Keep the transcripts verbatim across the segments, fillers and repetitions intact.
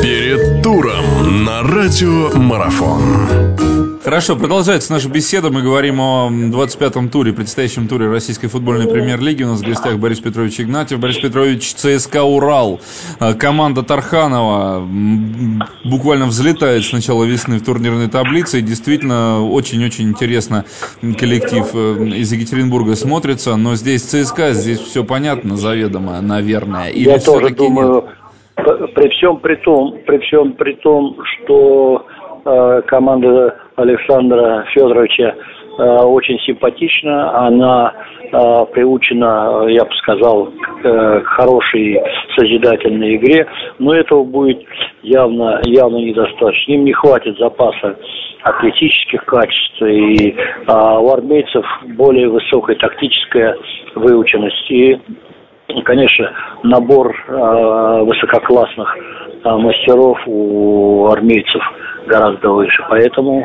Перед туром на радио Марафон. Хорошо, продолжается наша беседа. Мы говорим о двадцать пятом туре, предстоящем туре Российской футбольной премьер-лиги. У нас в гостях Борис Петрович Игнатьев. Борис Петрович, ЦСКА «Урал». Команда Тарханова буквально взлетает с начала весны в турнирной таблице. И действительно, очень-очень интересно коллектив из Екатеринбурга смотрится. Но здесь ЦСКА, здесь все понятно, заведомо, наверное. Или Я тоже думаю, нет? при всем при том, при всем при том, что э, команда Александра Федоровича э, очень симпатична, она э, приучена, я бы сказал, к э, хорошей созидательной игре, но этого будет явно, явно недостаточно. Им не хватит запаса атлетических качеств, и а, у армейцев более высокая тактическая выученность. И, конечно, набор а, высококлассных а, мастеров у армейцев гораздо выше. Поэтому,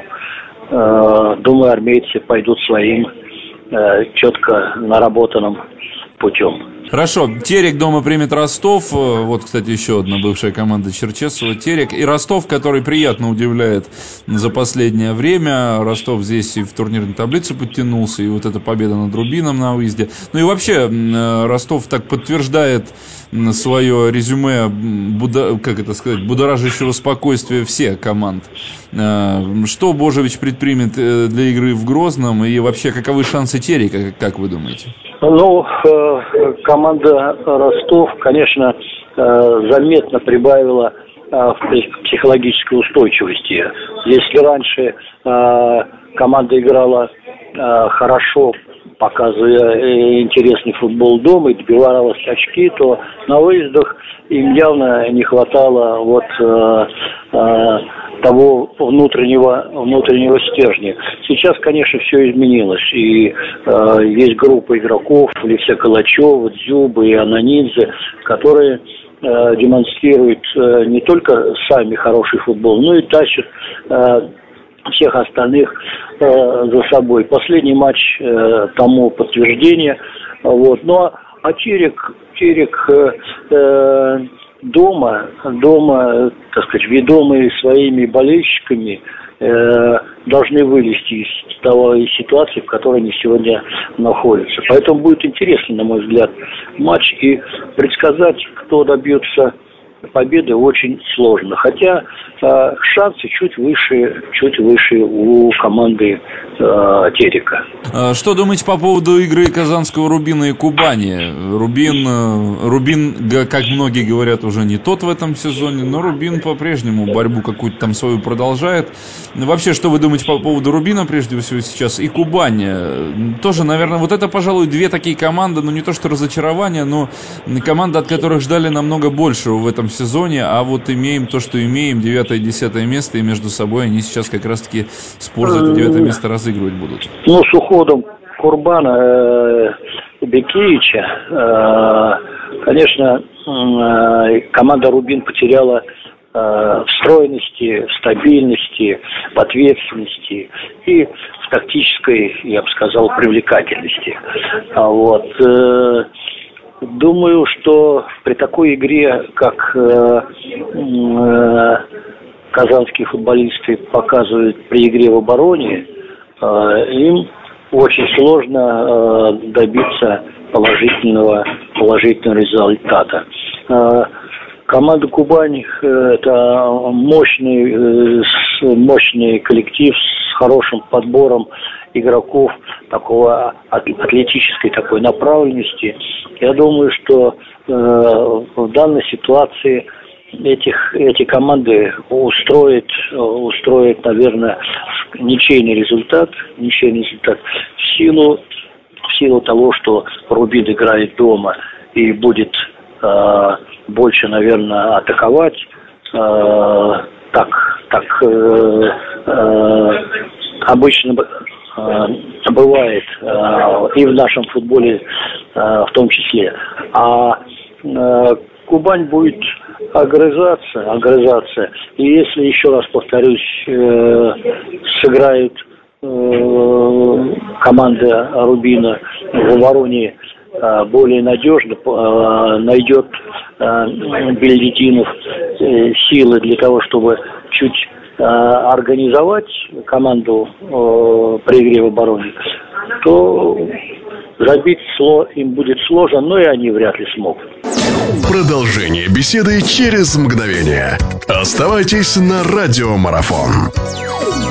а, думаю, армейцы пойдут своим а, четко наработанным путем. Хорошо, Терек дома примет Ростов. Вот, кстати, еще одна бывшая команда Черчесова, Терек. И Ростов, который приятно удивляет за последнее время. Ростов здесь и в турнирной таблице подтянулся, и вот эта победа над Рубином на выезде. Ну и вообще, Ростов так подтверждает свое резюме, буда, как это сказать, будоражащего спокойствия всех команд. Что Божевич предпримет для игры в Грозном, и вообще, каковы шансы Терека, как вы думаете? Ну, команда Ростов, конечно, заметно прибавила в психологической устойчивости. Если раньше команда играла хорошо, показывая интересный футбол дома и добивалась очки, то на выездах им явно не хватало вот э, э, того внутреннего, внутреннего стержня. Сейчас, конечно, все изменилось. И э, есть группа игроков, Алексея Калачева, Дзюба и Ананидзе, которые э, демонстрируют э, не только сами хороший футбол, но и тащат э, всех остальных э, за собой. Последний матч э, тому подтверждение. Вот. Ну а, а Терек, Терек э, э, дома, дома, так сказать, ведомые своими болельщиками, э, должны вылезти из той ситуации, в которой они сегодня находятся. Поэтому будет интересный, на мой взгляд, матч. И предсказать, кто добьется победы, очень сложно. Хотя э, шансы чуть выше, чуть выше у команды э, Терека. Что думаете по поводу игры казанского Рубина и Кубани? Рубин, Рубин, как многие говорят, уже не тот в этом сезоне, но Рубин по-прежнему борьбу какую-то там свою продолжает. Вообще, что вы думаете по поводу Рубина, прежде всего, сейчас, и Кубани? Тоже, наверное, вот это, пожалуй, две такие команды, ну не то что разочарование, но команды, от которых ждали намного больше в этом сезоне, а вот имеем то, что имеем, девятое и десятое место, и между собой они сейчас как раз-таки спор за это девятое место разыгрывать будут. Ну, с уходом Курбана э, Бекевича, э, конечно, э, команда Рубин потеряла э, в стройности, в стабильности, в ответственности и в тактической, я бы сказал, привлекательности. А вот... Э, Думаю, что при такой игре, как э, э, казанские футболисты показывают при игре в обороне, э, им очень сложно э, добиться положительного, положительного результата. Э, команда «Кубань» – это мощный, э, мощный коллектив с хорошим подбором игроков такого атлетической такой направленности. Я думаю, что э, в данной ситуации этих, эти команды устроят, устроят, наверное, ничейный результат, ничейный результат в силу, в силу того, что Рубин играет дома и будет э, больше, наверное, атаковать. Э, так, так э, э, обычно бывает э, и в нашем футболе э, в том числе. А э, Кубань будет огрызаться, огрызаться. И если, еще раз повторюсь, э, сыграют э, команда Рубина в обороне более надежно найдет Бельдитинов силы для того, чтобы чуть организовать команду при игре в обороне, то забить им будет сложно, но и они вряд ли смогут. Продолжение беседы через мгновение. Оставайтесь на Радио Марафон.